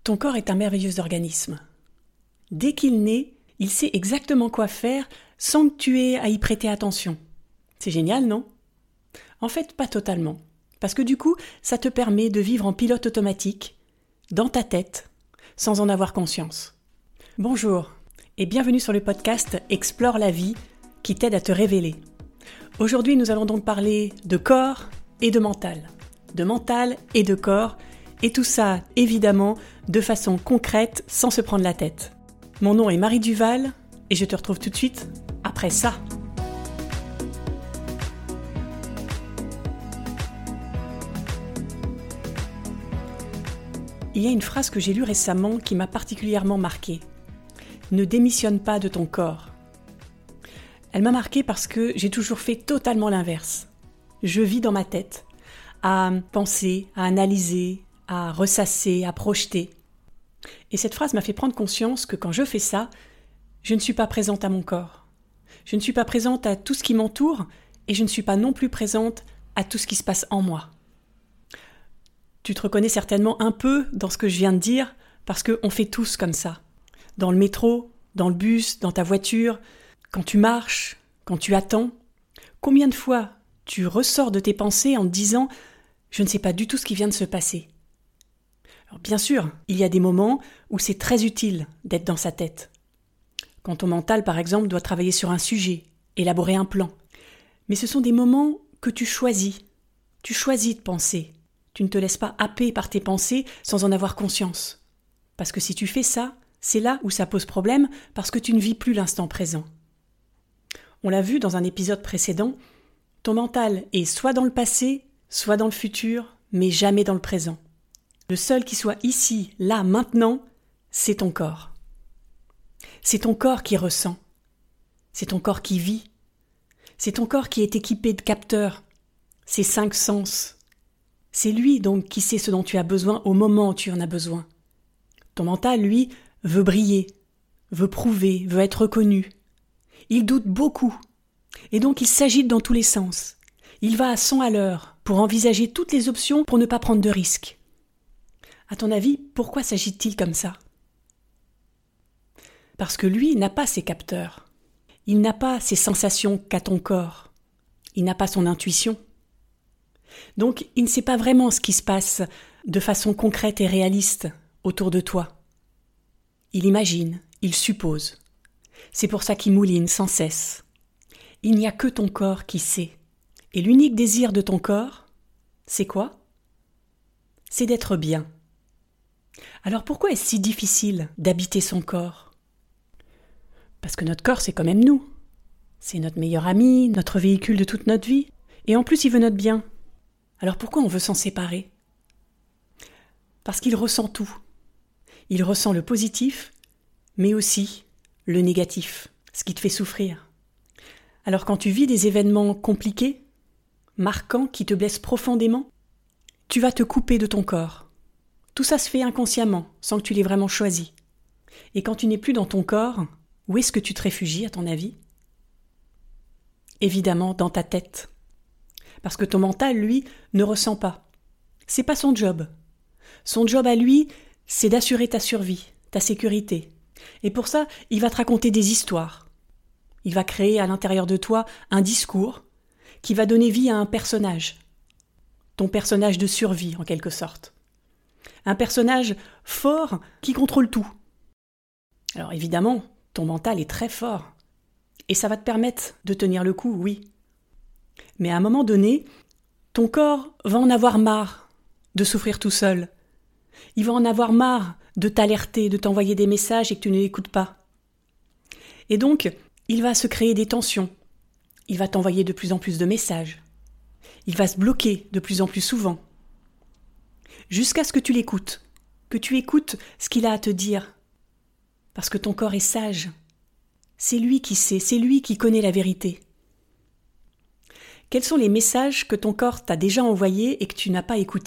Ton corps est un merveilleux organisme. Dès qu'il naît, il sait exactement quoi faire sans que tu aies à y prêter attention. C'est génial, non ? En fait, pas totalement. Parce que du coup, ça te permet de vivre en pilote automatique, dans ta tête, sans en avoir conscience. Bonjour, et bienvenue sur le podcast Explore la vie, qui t'aide à te révéler. Aujourd'hui, nous allons donc parler de corps et de mental. De mental et de corps, et tout ça, évidemment, de façon concrète, sans se prendre la tête. Mon nom est Marie Duval, et je te retrouve tout de suite après ça. Il y a une phrase que j'ai lue récemment qui m'a particulièrement marquée. Ne démissionne pas de ton corps. Elle m'a marquée parce que j'ai toujours fait totalement l'inverse. Je vis dans ma tête, à penser, à analyser, à ressasser, à projeter. Et cette phrase m'a fait prendre conscience que quand je fais ça, je ne suis pas présente à mon corps. Je ne suis pas présente à tout ce qui m'entoure et je ne suis pas non plus présente à tout ce qui se passe en moi. Tu te reconnais certainement un peu dans ce que je viens de dire parce qu'on fait tous comme ça. Dans le métro, dans le bus, dans ta voiture, quand tu marches, quand tu attends. Combien de fois tu ressors de tes pensées en te disant « je ne sais pas du tout ce qui vient de se passer ». Alors bien sûr, il y a des moments où c'est très utile d'être dans sa tête. Quand ton mental, par exemple, doit travailler sur un sujet, élaborer un plan. Mais ce sont des moments que tu choisis. Tu choisis de penser. Tu ne te laisses pas happer par tes pensées sans en avoir conscience. Parce que si tu fais ça, c'est là où ça pose problème parce que tu ne vis plus l'instant présent. On l'a vu dans un épisode précédent, ton mental est soit dans le passé, soit dans le futur, mais jamais dans le présent. Le seul qui soit ici, là, maintenant, c'est ton corps. C'est ton corps qui ressent. C'est ton corps qui vit. C'est ton corps qui est équipé de capteurs. Ses 5 sens. C'est lui donc qui sait ce dont tu as besoin au moment où tu en as besoin. Ton mental, lui, veut briller, veut prouver, veut être reconnu. Il doute beaucoup. Et donc il s'agite dans tous les sens. Il va à 100 à l'heure pour envisager toutes les options pour ne pas prendre de risques. À ton avis, pourquoi s'agit-il comme ça ? Parce que lui n'a pas ses capteurs. Il n'a pas ces sensations qu'a ton corps. Il n'a pas son intuition. Donc, il ne sait pas vraiment ce qui se passe de façon concrète et réaliste autour de toi. Il imagine, il suppose. C'est pour ça qu'il mouline sans cesse. Il n'y a que ton corps qui sait. Et l'unique désir de ton corps, c'est quoi ? C'est d'être bien. Alors pourquoi est-ce si difficile d'habiter son corps ? Parce que notre corps, c'est quand même nous. C'est notre meilleur ami, notre véhicule de toute notre vie. Et en plus, il veut notre bien. Alors pourquoi on veut s'en séparer ? Parce qu'il ressent tout. Il ressent le positif, mais aussi le négatif, ce qui te fait souffrir. Alors quand tu vis des événements compliqués, marquants, qui te blessent profondément, tu vas te couper de ton corps. Tout ça se fait inconsciemment, sans que tu l'aies vraiment choisi. Et quand tu n'es plus dans ton corps, où est-ce que tu te réfugies, à ton avis ? Évidemment, dans ta tête. Parce que ton mental, lui, ne ressent pas. C'est pas son job. Son job à lui, c'est d'assurer ta survie, ta sécurité. Et pour ça, il va te raconter des histoires. Il va créer à l'intérieur de toi un discours qui va donner vie à un personnage. Ton personnage de survie, en quelque sorte. Un personnage fort qui contrôle tout. Alors évidemment, ton mental est très fort. Et ça va te permettre de tenir le coup, oui. Mais à un moment donné, ton corps va en avoir marre de souffrir tout seul. Il va en avoir marre de t'alerter, de t'envoyer des messages et que tu ne l'écoutes pas. Et donc, il va se créer des tensions. Il va t'envoyer de plus en plus de messages. Il va se bloquer de plus en plus souvent. Jusqu'à ce que tu l'écoutes, que tu écoutes ce qu'il a à te dire. Parce que ton corps est sage. C'est lui qui sait, c'est lui qui connaît la vérité. Quels sont les messages que ton corps t'a déjà envoyés et que tu n'as pas écoutés ?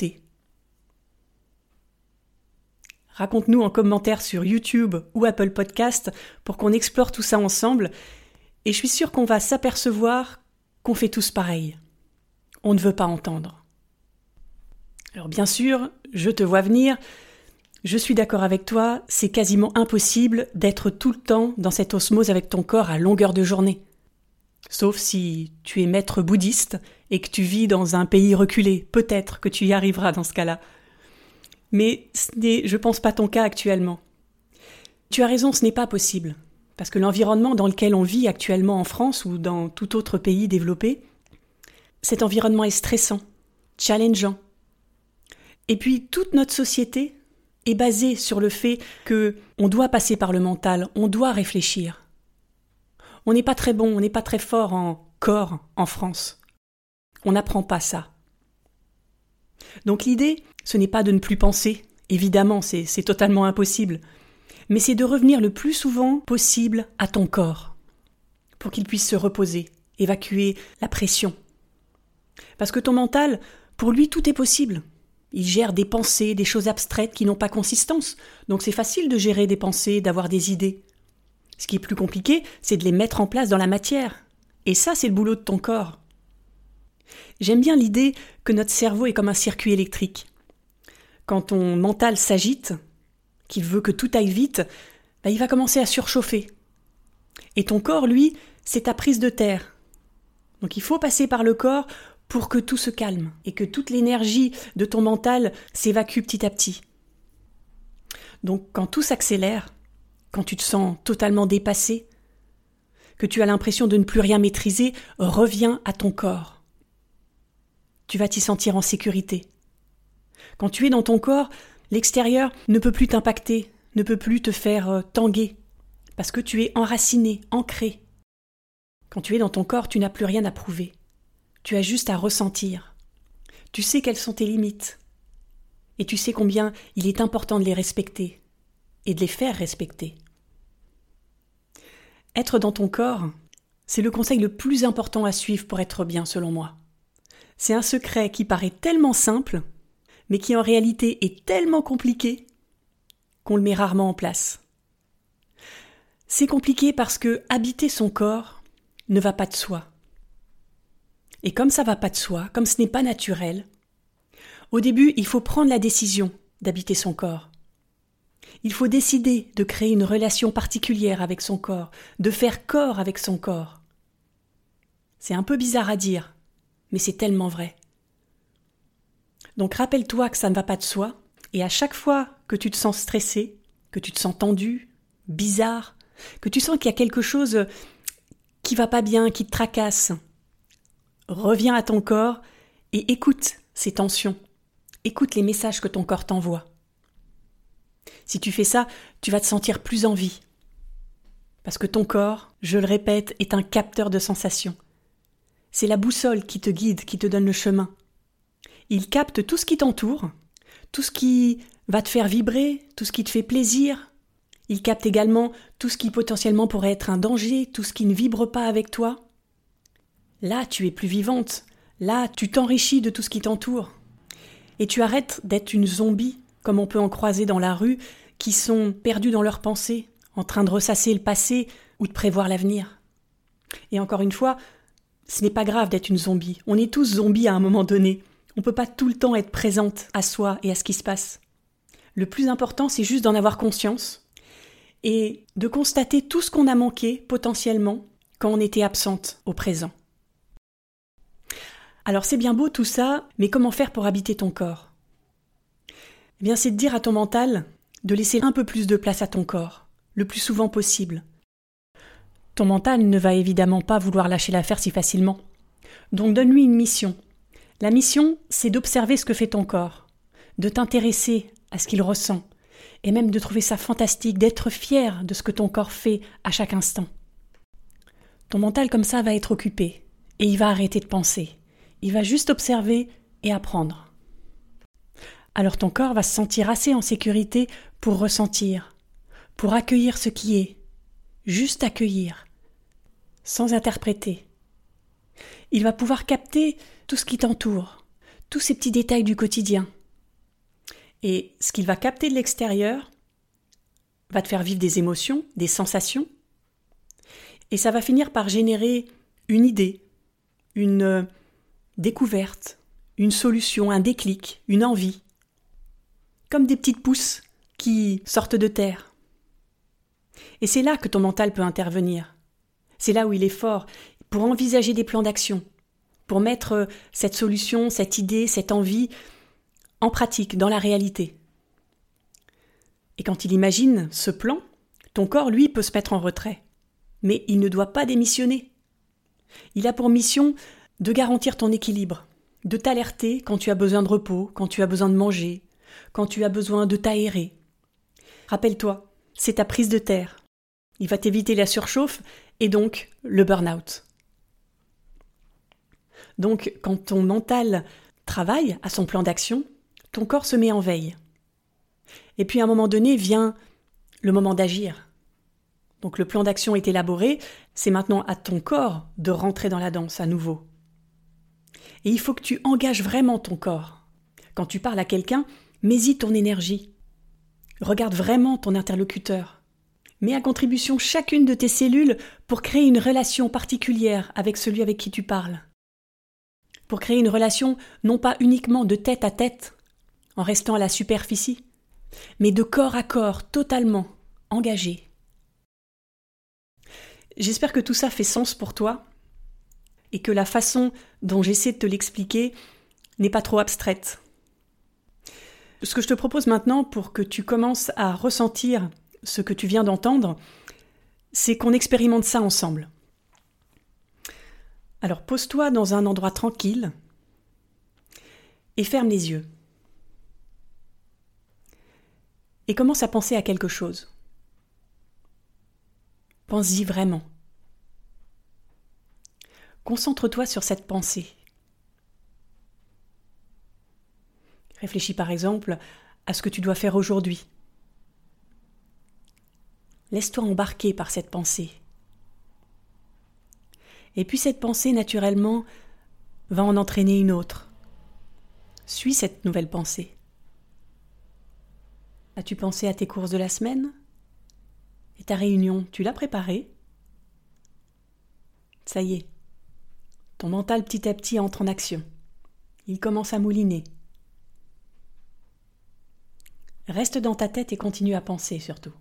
Raconte-nous en commentaire sur YouTube ou Apple Podcast pour qu'on explore tout ça ensemble. Et je suis sûre qu'on va s'apercevoir qu'on fait tous pareil. On ne veut pas entendre. Alors bien sûr, je te vois venir. Je suis d'accord avec toi, c'est quasiment impossible d'être tout le temps dans cette osmose avec ton corps à longueur de journée. Sauf si tu es maître bouddhiste et que tu vis dans un pays reculé, peut-être que tu y arriveras dans ce cas-là. Mais ce n'est, je pense, pas ton cas actuellement. Tu as raison, ce n'est pas possible, parce que l'environnement dans lequel on vit actuellement en France ou dans tout autre pays développé, cet environnement est stressant, challengeant. Et puis toute notre société est basée sur le fait que on doit passer par le mental, on doit réfléchir. On n'est pas très bon, on n'est pas très fort en corps en France. On n'apprend pas ça. Donc l'idée, ce n'est pas de ne plus penser, évidemment, c'est totalement impossible, mais c'est de revenir le plus souvent possible à ton corps, pour qu'il puisse se reposer, évacuer la pression. Parce que ton mental, pour lui, tout est possible. Il gère des pensées, des choses abstraites qui n'ont pas consistance, donc c'est facile de gérer des pensées, d'avoir des idées. Ce qui est plus compliqué, c'est de les mettre en place dans la matière. Et ça, c'est le boulot de ton corps. J'aime bien l'idée que notre cerveau est comme un circuit électrique. Quand ton mental s'agite, qu'il veut que tout aille vite, il va commencer à surchauffer. Et ton corps, lui, c'est ta prise de terre. Donc il faut passer par le corps pour que tout se calme et que toute l'énergie de ton mental s'évacue petit à petit. Donc quand tout s'accélère, quand tu te sens totalement dépassé, que tu as l'impression de ne plus rien maîtriser, reviens à ton corps. Tu vas t'y sentir en sécurité. Quand tu es dans ton corps, l'extérieur ne peut plus t'impacter, ne peut plus te faire tanguer, parce que tu es enraciné, ancré. Quand tu es dans ton corps, tu n'as plus rien à prouver. Tu as juste à ressentir. Tu sais quelles sont tes limites. Et tu sais combien il est important de les respecter et de les faire respecter. Être dans ton corps, c'est le conseil le plus important à suivre pour être bien, selon moi. C'est un secret qui paraît tellement simple, mais qui en réalité est tellement compliqué qu'on le met rarement en place. C'est compliqué parce que habiter son corps ne va pas de soi. Et comme ça va pas de soi, comme ce n'est pas naturel, au début, il faut prendre la décision d'habiter son corps. Il faut décider de créer une relation particulière avec son corps, de faire corps avec son corps. C'est un peu bizarre à dire, mais c'est tellement vrai. Donc rappelle-toi que ça ne va pas de soi, et à chaque fois que tu te sens stressé, que tu te sens tendu, bizarre, que tu sens qu'il y a quelque chose qui va pas bien, qui te tracasse, reviens à ton corps et écoute ces tensions. Écoute les messages que ton corps t'envoie. Si tu fais ça, tu vas te sentir plus en vie. Parce que ton corps, je le répète, est un capteur de sensations. C'est la boussole qui te guide, qui te donne le chemin. Il capte tout ce qui t'entoure, tout ce qui va te faire vibrer, tout ce qui te fait plaisir. Il capte également tout ce qui potentiellement pourrait être un danger, tout ce qui ne vibre pas avec toi. Là, tu es plus vivante. Là, tu t'enrichis de tout ce qui t'entoure. Et tu arrêtes d'être une zombie, comme on peut en croiser dans la rue, qui sont perdus dans leurs pensées, en train de ressasser le passé ou de prévoir l'avenir. Et encore une fois, ce n'est pas grave d'être une zombie. On est tous zombies à un moment donné. On ne peut pas tout le temps être présente à soi et à ce qui se passe. Le plus important, c'est juste d'en avoir conscience et de constater tout ce qu'on a manqué potentiellement quand on était absente au présent. Alors c'est bien beau tout ça, mais comment faire pour habiter ton corps ? Eh bien c'est de dire à ton mental de laisser un peu plus de place à ton corps, le plus souvent possible. Ton mental ne va évidemment pas vouloir lâcher l'affaire si facilement. Donc donne-lui une mission. La mission, c'est d'observer ce que fait ton corps, de t'intéresser à ce qu'il ressent, et même de trouver ça fantastique, d'être fier de ce que ton corps fait à chaque instant. Ton mental comme ça va être occupé, et il va arrêter de penser. Il va juste observer et apprendre. Alors ton corps va se sentir assez en sécurité pour ressentir, pour accueillir ce qui est, juste accueillir, sans interpréter. Il va pouvoir capter tout ce qui t'entoure, tous ces petits détails du quotidien. Et ce qu'il va capter de l'extérieur va te faire vivre des émotions, des sensations, et ça va finir par générer une idée, une découverte, une solution, un déclic, une envie. Comme des petites pousses qui sortent de terre. Et c'est là que ton mental peut intervenir. C'est là où il est fort, pour envisager des plans d'action, pour mettre cette solution, cette idée, cette envie en pratique, dans la réalité. Et quand il imagine ce plan, ton corps, lui, peut se mettre en retrait. Mais il ne doit pas démissionner. Il a pour mission de garantir ton équilibre, de t'alerter quand tu as besoin de repos, quand tu as besoin de manger, quand tu as besoin de t'aérer. Rappelle-toi, c'est ta prise de terre. Il va t'éviter la surchauffe et donc le burn-out. Donc, quand ton mental travaille à son plan d'action, ton corps se met en veille. Et puis à un moment donné vient le moment d'agir. Donc le plan d'action est élaboré, c'est maintenant à ton corps de rentrer dans la danse à nouveau. Et il faut que tu engages vraiment ton corps. Quand tu parles à quelqu'un, mets-y ton énergie. Regarde vraiment ton interlocuteur. Mets à contribution chacune de tes cellules pour créer une relation particulière avec celui avec qui tu parles. Pour créer une relation non pas uniquement de tête à tête, en restant à la superficie, mais de corps à corps, totalement engagé. J'espère que tout ça fait sens pour toi et que la façon dont j'essaie de te l'expliquer n'est pas trop abstraite. Ce que je te propose maintenant pour que tu commences à ressentir ce que tu viens d'entendre, c'est qu'on expérimente ça ensemble. Alors pose-toi dans un endroit tranquille et ferme les yeux. Et commence à penser à quelque chose. Pense-y vraiment. Concentre-toi sur cette pensée. Réfléchis par exemple à ce que tu dois faire aujourd'hui. Laisse-toi embarquer par cette pensée. Et puis cette pensée, naturellement, va en entraîner une autre. Suis cette nouvelle pensée. As-tu pensé à tes courses de la semaine ? Et ta réunion, tu l'as préparée ? Ça y est. Ton mental petit à petit entre en action. Il commence à mouliner. Reste dans ta tête et continue à penser surtout.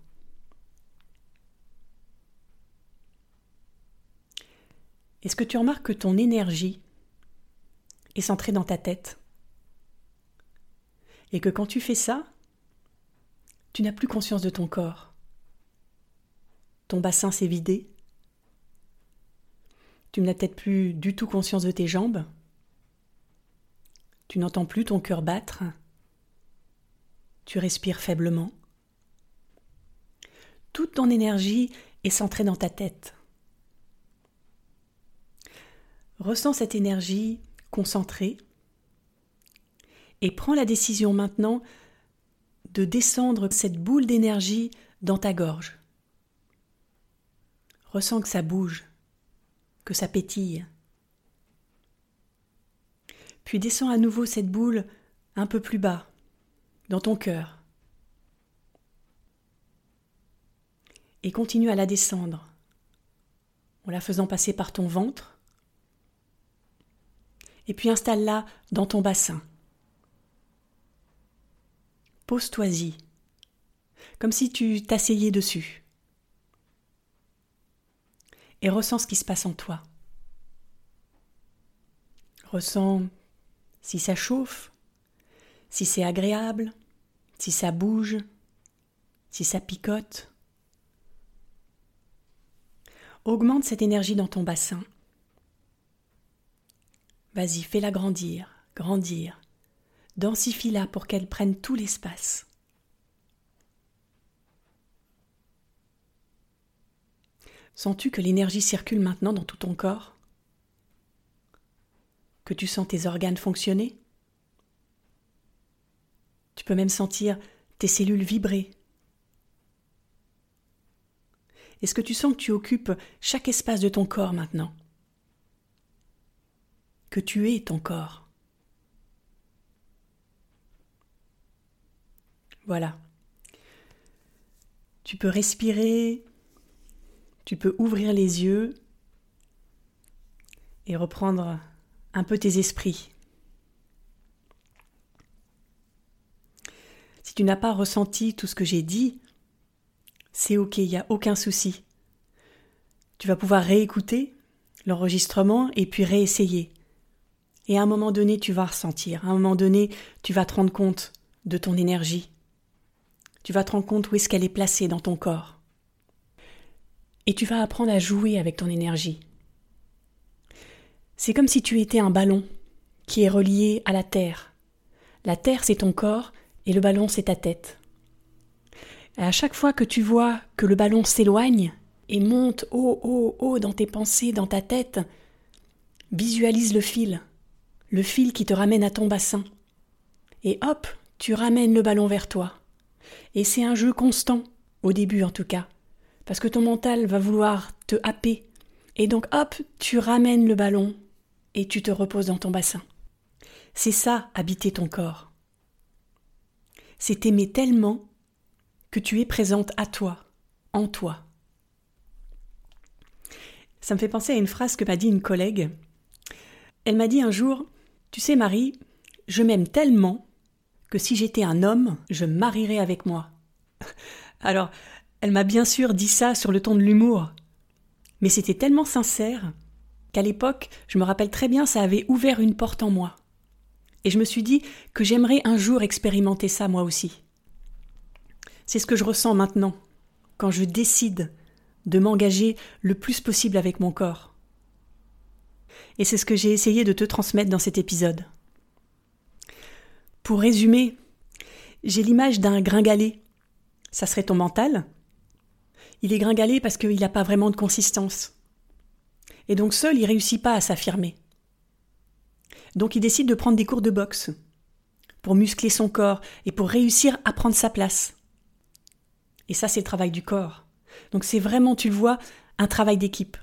Est-ce que tu remarques que ton énergie est centrée dans ta tête ? Et que quand tu fais ça, tu n'as plus conscience de ton corps. Ton bassin s'est vidé. Tu n'as peut-être plus du tout conscience de tes jambes. Tu n'entends plus ton cœur battre. Tu respires faiblement. Toute ton énergie est centrée dans ta tête. Ressens cette énergie concentrée et prends la décision maintenant de descendre cette boule d'énergie dans ta gorge. Ressens que ça bouge, que ça pétille. Puis descends à nouveau cette boule un peu plus bas, dans ton cœur. Et continue à la descendre, en la faisant passer par ton ventre. Et puis installe-la dans ton bassin. Pose-toi-y, comme si tu t'asseyais dessus. Et ressens ce qui se passe en toi. Ressens si ça chauffe, si c'est agréable, si ça bouge, si ça picote. Augmente cette énergie dans ton bassin. Vas-y, fais-la grandir, grandir. Densifie-la pour qu'elle prenne tout l'espace. Sens-tu que l'énergie circule maintenant dans tout ton corps ? Que tu sens tes organes fonctionner ? Tu peux même sentir tes cellules vibrer. Est-ce que tu sens que tu occupes chaque espace de ton corps maintenant ? Que tu es ton corps ? Voilà. Tu peux respirer, tu peux ouvrir les yeux et reprendre un peu tes esprits. Si tu n'as pas ressenti tout ce que j'ai dit, c'est ok, il n'y a aucun souci. Tu vas pouvoir réécouter l'enregistrement et puis réessayer. Et à un moment donné, tu vas ressentir. À un moment donné, tu vas te rendre compte de ton énergie. Tu vas te rendre compte où est-ce qu'elle est placée dans ton corps. Et tu vas apprendre à jouer avec ton énergie. C'est comme si tu étais un ballon qui est relié à la terre. La terre, c'est ton corps et le ballon, c'est ta tête. Et à chaque fois que tu vois que le ballon s'éloigne et monte haut dans tes pensées, dans ta tête, visualise le fil qui te ramène à ton bassin. Et hop, tu ramènes le ballon vers toi. Et c'est un jeu constant, au début en tout cas, parce que ton mental va vouloir te happer. Et donc hop, tu ramènes le ballon et tu te reposes dans ton bassin. C'est ça, habiter ton corps. C'est t'aimer tellement que tu es présente à toi, en toi. Ça me fait penser à une phrase que m'a dit une collègue. Elle m'a dit un jour, « Tu sais Marie, je m'aime tellement que si j'étais un homme, je me marierais avec moi. » Alors, elle m'a bien sûr dit ça sur le ton de l'humour. Mais c'était tellement sincère qu'à l'époque, je me rappelle très bien, ça avait ouvert une porte en moi. Et je me suis dit que j'aimerais un jour expérimenter ça moi aussi. C'est ce que je ressens maintenant, quand je décide de m'engager le plus possible avec mon corps. Et c'est ce que j'ai essayé de te transmettre dans cet épisode. Pour résumer, j'ai l'image d'un gringalet. Ça serait ton mental. Il est gringalet parce qu'il n'a pas vraiment de consistance. Et donc seul, il ne réussit pas à s'affirmer. Donc il décide de prendre des cours de boxe pour muscler son corps et pour réussir à prendre sa place. Et ça, c'est le travail du corps. Donc c'est vraiment, tu le vois, un travail d'équipe.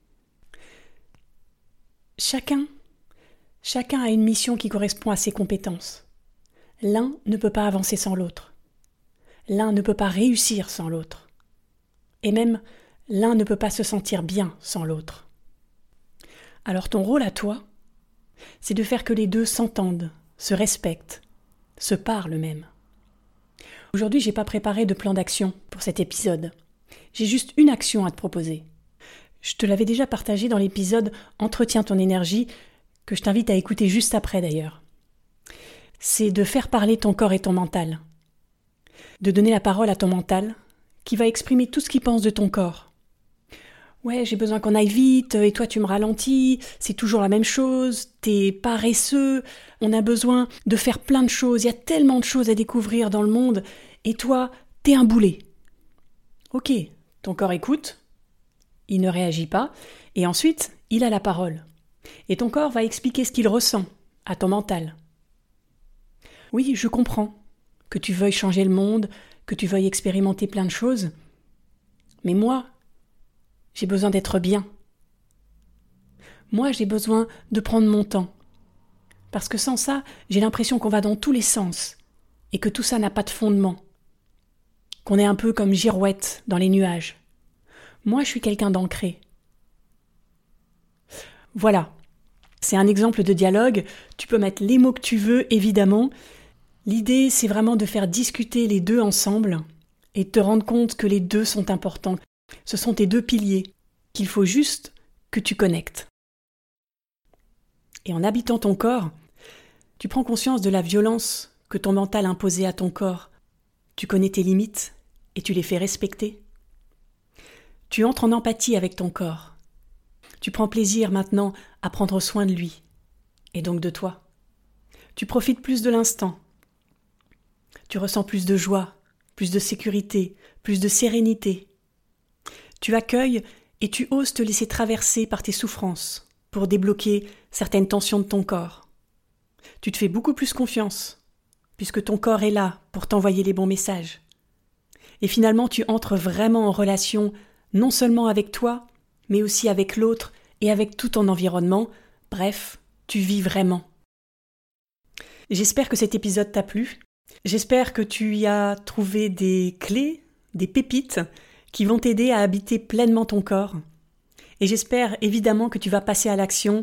Chacun a une mission qui correspond à ses compétences. L'un ne peut pas avancer sans l'autre. L'un ne peut pas réussir sans l'autre. Et même, l'un ne peut pas se sentir bien sans l'autre. Alors ton rôle à toi, c'est de faire que les deux s'entendent, se respectent, se parlent même. Aujourd'hui, j'ai pas préparé de plan d'action pour cet épisode. J'ai juste une action à te proposer. Je te l'avais déjà partagé dans l'épisode « Entretiens ton énergie » que je t'invite à écouter juste après d'ailleurs. C'est de faire parler ton corps et ton mental. De donner la parole à ton mental qui va exprimer tout ce qu'il pense de ton corps. Ouais, j'ai besoin qu'on aille vite, et toi tu me ralentis, c'est toujours la même chose, t'es paresseux, on a besoin de faire plein de choses, il y a tellement de choses à découvrir dans le monde, et toi, t'es un boulet. Ok, ton corps écoute, il ne réagit pas, et ensuite, il a la parole. Et ton corps va expliquer ce qu'il ressent à ton mental. Oui, je comprends que tu veuilles changer le monde, que tu veuilles expérimenter plein de choses, mais moi, j'ai besoin d'être bien. Moi, j'ai besoin de prendre mon temps. Parce que sans ça, j'ai l'impression qu'on va dans tous les sens et que tout ça n'a pas de fondement. Qu'on est un peu comme girouette dans les nuages. Moi, je suis quelqu'un d'ancré. Voilà. C'est un exemple de dialogue. Tu peux mettre les mots que tu veux, évidemment. L'idée, c'est vraiment de faire discuter les deux ensemble et de te rendre compte que les deux sont importants. Ce sont tes deux piliers, qu'il faut juste que tu connectes. Et en habitant ton corps, tu prends conscience de la violence que ton mental imposait à ton corps. Tu connais tes limites et tu les fais respecter. Tu entres en empathie avec ton corps. Tu prends plaisir maintenant à prendre soin de lui, et donc de toi. Tu profites plus de l'instant. Tu ressens plus de joie, plus de sécurité, plus de sérénité. Tu accueilles et tu oses te laisser traverser par tes souffrances pour débloquer certaines tensions de ton corps. Tu te fais beaucoup plus confiance, puisque ton corps est là pour t'envoyer les bons messages. Et finalement, tu entres vraiment en relation, non seulement avec toi, mais aussi avec l'autre et avec tout ton environnement. Bref, tu vis vraiment. J'espère que cet épisode t'a plu. J'espère que tu y as trouvé des clés, des pépites qui vont t'aider à habiter pleinement ton corps. Et j'espère évidemment que tu vas passer à l'action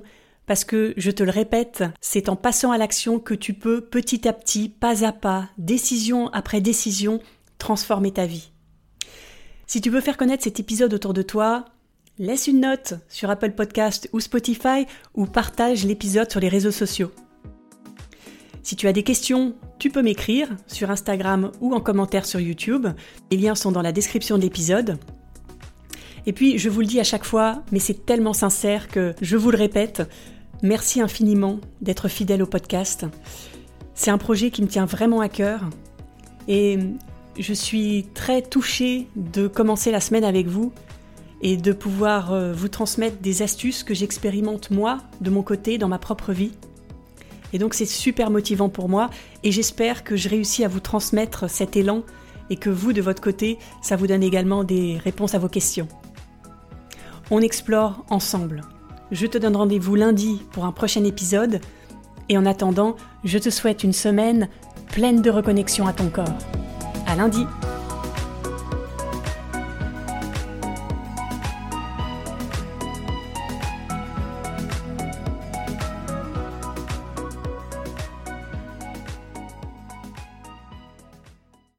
Parce que, je te le répète, c'est en passant à l'action que tu peux petit à petit, pas à pas, décision après décision, transformer ta vie. Si tu veux faire connaître cet épisode autour de toi, laisse une note sur Apple Podcast ou Spotify ou partage l'épisode sur les réseaux sociaux. Si tu as des questions, tu peux m'écrire sur Instagram ou en commentaire sur YouTube. Les liens sont dans la description de l'épisode. Et puis, je vous le dis à chaque fois, mais c'est tellement sincère que je vous le répète, merci infiniment d'être fidèle au podcast. C'est un projet qui me tient vraiment à cœur et je suis très touchée de commencer la semaine avec vous et de pouvoir vous transmettre des astuces que j'expérimente moi, de mon côté, dans ma propre vie. Et donc c'est super motivant pour moi et j'espère que je réussis à vous transmettre cet élan et que vous, de votre côté, ça vous donne également des réponses à vos questions. On explore ensemble. Je te donne rendez-vous lundi pour un prochain épisode et en attendant, je te souhaite une semaine pleine de reconnexion à ton corps. À lundi!